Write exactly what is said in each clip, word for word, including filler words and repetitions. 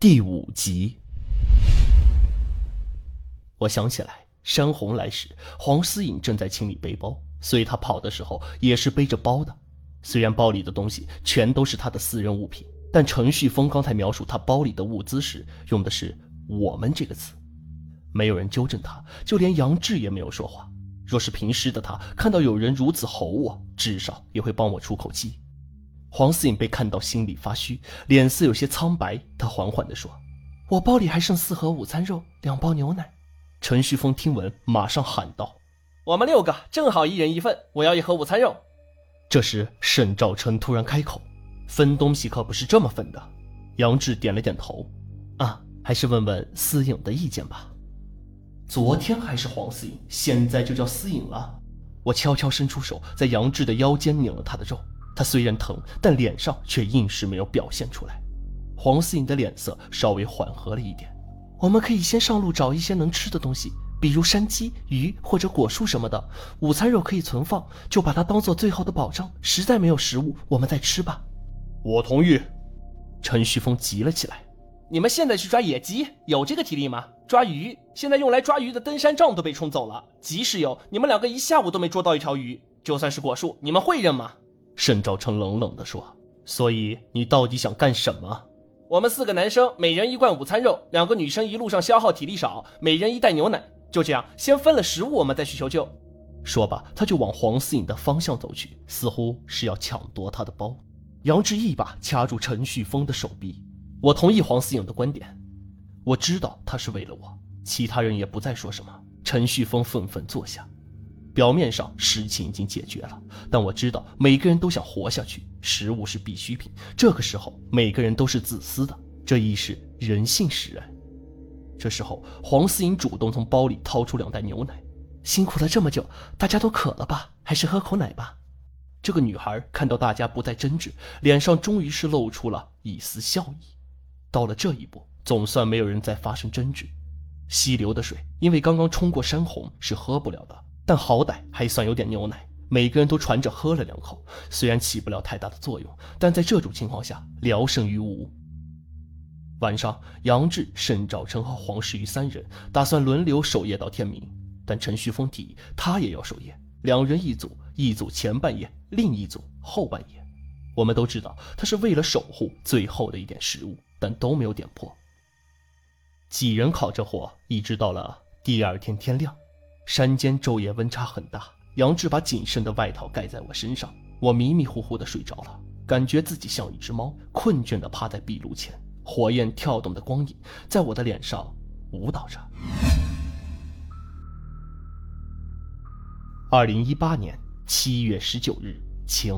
第五集。我想起来，山洪来时，黄思颖正在清理背包，所以他跑的时候也是背着包的。虽然包里的东西全都是他的私人物品，但陈旭峰刚才描述他包里的物资时，用的是“我们”这个词。没有人纠正他，就连杨志也没有说话。若是平时的他看到有人如此吼我，至少也会帮我出口气。黄思颖被看到心里发虚，脸色有些苍白，他缓缓地说：“我包里还剩四盒午餐肉，两包牛奶。”陈旭峰听闻马上喊道：“ 我们六个正好一人一份，我要一盒午餐肉。” 这时沈兆成突然开口：“分东西可不是这么分的。”杨志点了点头：“啊，还是问问思颖的意见吧。”昨天还是黄思颖，现在就叫思颖了。我悄悄伸出手，在杨志的腰间拧了他的肉，他虽然疼，但脸上却硬是没有表现出来。黄思颖的脸色稍微缓和了一点。我们可以先上路找一些能吃的东西，比如山鸡、鱼或者果树什么的，午餐肉可以存放，就把它当做最后的保障，实在没有食物，我们再吃吧。 我同意。 陈旭峰急了起来：“ 你们现在去抓野鸡，有这个体力吗？抓鱼，现在用来抓鱼的登山杖都被冲走了，即使有，你们两个一下午都没捉到一条鱼，就算是果树，你们会认吗？” 沈兆成冷冷地说：“所以你到底想干什么？” 我们四个男生每人一罐午餐肉，两个女生一路上消耗体力少，每人一袋牛奶，就这样先分了食物，我们再去求救。 说罢，他就往黄思颖的方向走去，似乎是要抢夺他的包。杨志一把掐住陈旭峰的手臂：“我同意黄思颖的观点，我知道他是为了我。”其他人也不再说什么。陈旭峰愤愤坐下。表面上事情已经解决了，但我知道每个人都想活下去，食物是必需品，这个时候每个人都是自私的，这亦是人性使然。这时候黄思颖主动从包里掏出两袋牛奶：“辛苦了这么久，大家都渴了吧？还是喝口奶吧。”这个女孩看到大家不再争执，脸上终于是露出了一丝笑意。到了这一步，总算没有人再发生争执。溪流的水因为刚刚冲过山洪是喝不了的，但好歹还算有点牛奶，每个人都传着喝了两口，虽然起不了太大的作用，但在这种情况下聊胜于无。晚上，杨志、沈兆成和黄世瑜三人打算轮流守夜到天明，但陈旭峰提议他也要守夜，两人一组，一组前半夜，另一组后半夜。我们都知道他是为了守护最后的一点食物，但都没有点破。几人烤着火，一直到了第二天天亮。山间昼夜温差很大，杨志把仅剩的外套盖在我身上，我迷迷糊糊地睡着了，感觉自己像一只猫，困倦地趴在壁炉前，火焰跳动的光影在我的脸上舞蹈着。二零一八年七月十九日晴。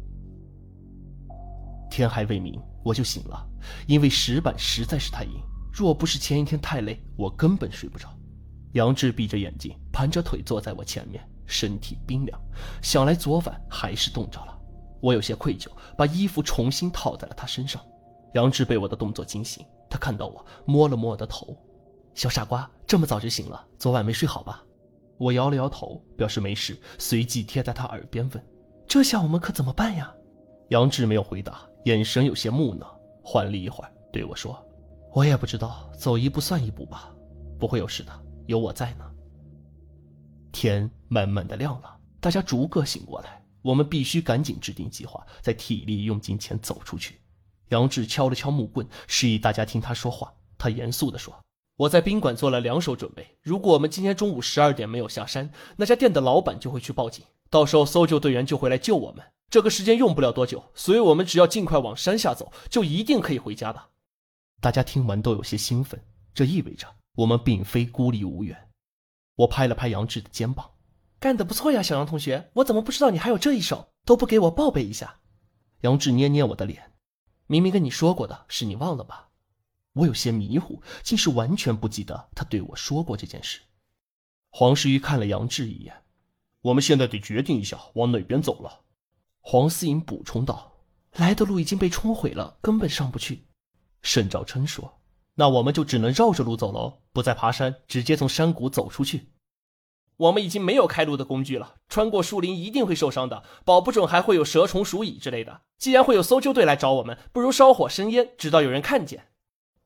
天还未明我就醒了，因为石板实在是太硬，若不是前一天太累，我根本睡不着。杨志闭着眼睛，盘着腿坐在我前面，身体冰凉，想来昨晚还是冻着了。我有些愧疚，把衣服重新套在了他身上。杨志被我的动作惊醒，他看到我，摸了摸我的头：“小傻瓜，这么早就醒了，昨晚没睡好吧？”我摇了摇头，表示没事，随即贴在他耳边问：“这下我们可怎么办呀？”杨志没有回答，眼神有些木讷，缓了一会儿，对我说：“我也不知道，走一步算一步吧，不会有事的，有我在呢。”天慢慢的亮了，大家逐个醒过来，我们必须赶紧制定计划，在体力用尽前走出去。杨志敲了敲木棍，示意大家听他说话。他严肃地说：“我在宾馆做了两手准备，如果我们今天中午十二点没有下山，那家店的老板就会去报警，到时候搜救队员就会来救我们。这个时间用不了多久，所以我们只要尽快往山下走，就一定可以回家的。”大家听完都有些兴奋，这意味着我们并非孤立无援。我拍了拍杨志的肩膀：“干得不错呀，小杨同学，我怎么不知道你还有这一手，都不给我报备一下？”杨志捏捏我的脸：“明明跟你说过的，是你忘了吧？”我有些迷糊，竟是完全不记得他对我说过这件事。黄世瑜看了杨志一眼：“我们现在得决定一下往哪边走了。”黄思颖补充道：“来的路已经被冲毁了，根本上不去。”沈兆琛说：“那我们就只能绕着路走喽，不再爬山，直接从山谷走出去。” 我们已经没有开路的工具了，穿过树林一定会受伤的，保不准还会有蛇虫鼠蚁之类的。既然会有搜救队来找我们，不如烧火生烟，直到有人看见。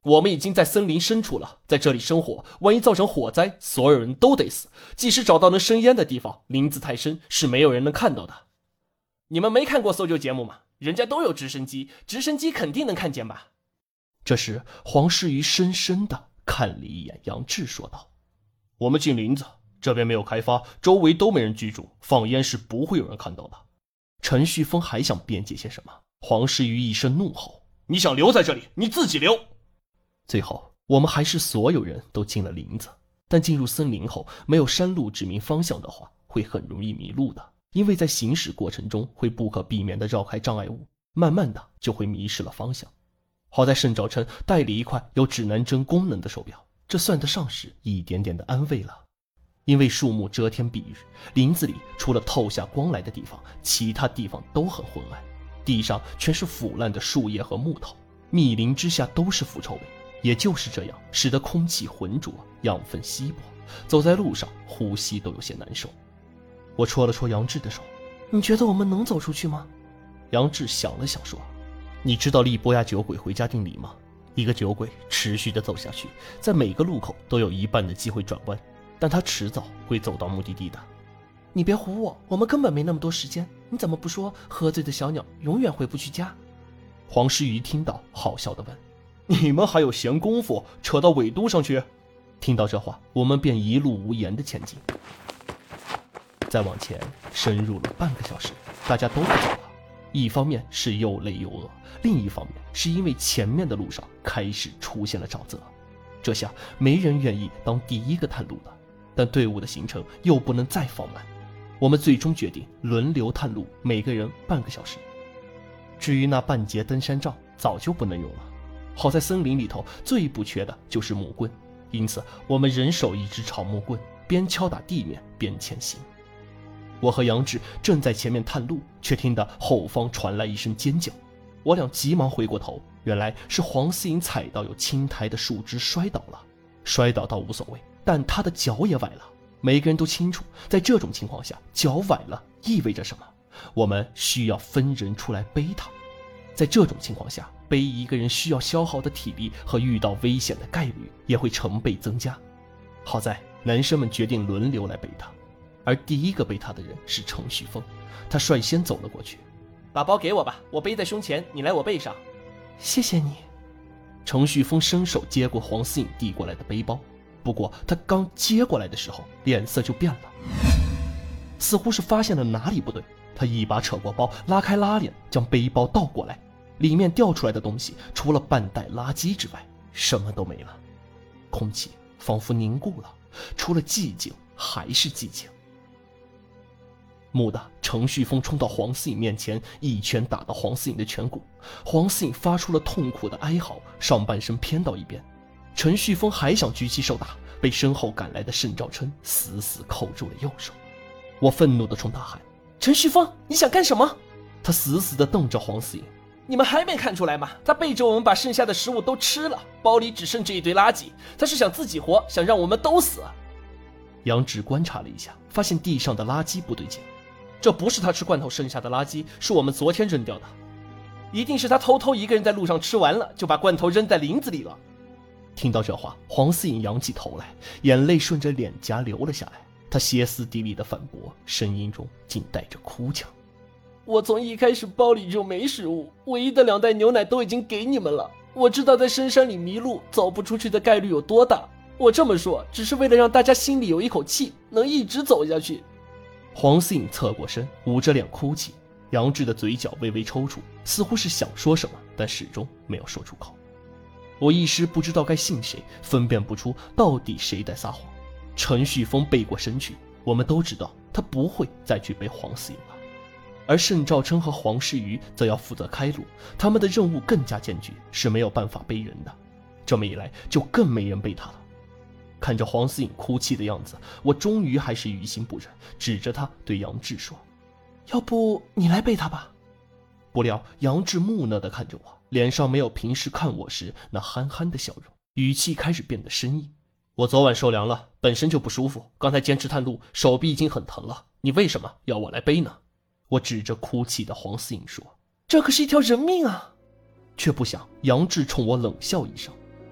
我们已经在森林深处了，在这里生火，万一造成火灾，所有人都得死。即使找到能生烟的地方，林子太深，是没有人能看到的。你们没看过搜救节目吗？人家都有直升机，直升机肯定能看见吧？ 这时，黄世瑜深深地看了一眼杨志，说道：“ 我们进林子，这边没有开发，周围都没人居住，放烟是不会有人看到的。” 陈旭峰还想辩解些什么，黄世瑜一声怒吼：“ 你想留在这里，你自己留！” 最后，我们还是所有人都进了林子。但进入森林后，没有山路指明方向的话，会很容易迷路的，因为在行驶过程中会不可避免地绕开障碍物，慢慢的就会迷失了方向。好在盛兆琛带了一块有指南针功能的手表，这算得上是一点点的安慰了。因为树木遮天蔽日，林子里除了透下光来的地方，其他地方都很昏暗，地上全是腐烂的树叶和木头，密林之下都是腐臭味。也就是这样，使得空气浑浊，养分稀薄，走在路上呼吸都有些难受。我戳了戳杨志的手：“ 你觉得我们能走出去吗？” 杨志想了想说：“你知道利波亚酒鬼回家定理吗？一个酒鬼持续地走下去，在每个路口都有一半的机会转弯，但他迟早会走到目的地的。” 你别唬我，我们根本没那么多时间。你怎么不说喝醉的小鸟永远回不去家？ 黄诗瑜听到，好笑地问：“ 你们还有闲工夫扯到纬度上去？” 听到这话，我们便一路无言地前进。再往前深入了半个小时，大家都不走了。一方面是又累又饿，另一方面是因为前面的路上开始出现了沼泽。这下没人愿意当第一个探路了，但队伍的行程又不能再放慢。我们最终决定轮流探路，每个人半个小时。至于那半截登山杖，早就不能用了。好在森林里头最不缺的就是木棍，因此我们人手一支长木棍，边敲打地面边前行。我和杨志正在前面探路，却听得后方传来一声尖叫。我俩急忙回过头，原来是黄思颖踩到有青苔的树枝摔倒了。摔倒倒无所谓，但她的脚也崴了。每个人都清楚，在这种情况下，脚崴了意味着什么。我们需要分人出来背她。在这种情况下，背一个人需要消耗的体力和遇到危险的概率也会成倍增加。好在男生们决定轮流来背她，而第一个背她的人是程旭峰，他率先走了过去。 把包给我吧，我背在胸前，你来我背上。 谢谢你。 程旭峰伸手接过黄思颖递过来的背包，不过他刚接过来的时候，脸色就变了，似乎是发现了哪里不对。他一把扯过包，拉开拉链，将背包倒过来，里面掉出来的东西除了半袋垃圾之外，什么都没了。空气仿佛凝固了，除了寂静还是寂静。蓦地，程旭峰冲到黄思颖面前，一拳打到黄思颖的颧骨。黄思颖发出了痛苦的哀嚎，上半身偏到一边。程旭峰还想举起手打，被身后赶来的盛兆琛死死扣住了右手。我愤怒地冲他喊：“ 陈旭峰，你想干什么？” 他死死地瞪着黄思颖：“ 你们还没看出来吗？他背着我们把剩下的食物都吃了，包里只剩这一堆垃圾。他是想自己活，想让我们都死。” 杨志观察了一下，发现地上的垃圾不对劲。 这不是他吃罐头剩下的垃圾，是我们昨天扔掉的。一定是他偷偷一个人在路上吃完了，就把罐头扔在林子里了。 听到这话，黄思颖仰起头来，眼泪顺着脸颊流了下来。他歇斯底里的反驳，声音中竟带着哭腔：“ 我从一开始包里就没食物，唯一的两袋牛奶都已经给你们了。我知道在深山里迷路走不出去的概率有多大，我这么说只是为了让大家心里有一口气，能一直走下去。” 黄思颖侧过身，捂着脸哭泣。杨志的嘴角微微抽搐，似乎是想说什么，但始终没有说出口。我一时不知道该信谁，分辨不出到底谁在撒谎。程旭峰背过身去，我们都知道他不会再去背黄思颖了。而盛兆琛和黄世瑜则要负责开路，他们的任务更加艰巨，是没有办法背人的。这么一来，就更没人背他了。看着黄思颖哭泣的样子，我终于还是于心不忍，指着他对杨志说：“ 要不你来背他吧。” 不料杨志木讷地看着我，脸上没有平时看我时那憨憨的笑容，语气开始变得生硬：“我昨晚受凉了，本身就不舒服，刚才坚持探路，手臂已经很疼了，你为什么要我来背呢？”我指着哭泣的黄思颖说：“ 这可是一条人命啊！” 却不想杨志冲我冷笑一声：“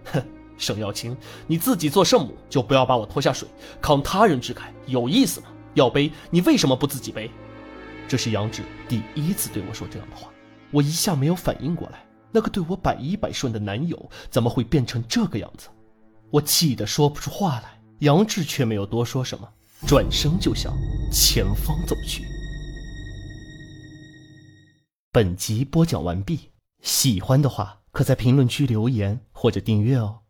哼，沈耀清，你自己做圣母就不要把我拖下水，扛他人之慨有意思吗？要背你为什么不自己背？ 这是杨志第一次对我说这样的话，我一下没有反应过来，那个对我百依百顺的男友怎么会变成这个样子？我气得说不出话来，杨志却没有多说什么，转身就向前方走去。本集播讲完毕，喜欢的话可在评论区留言或者订阅哦。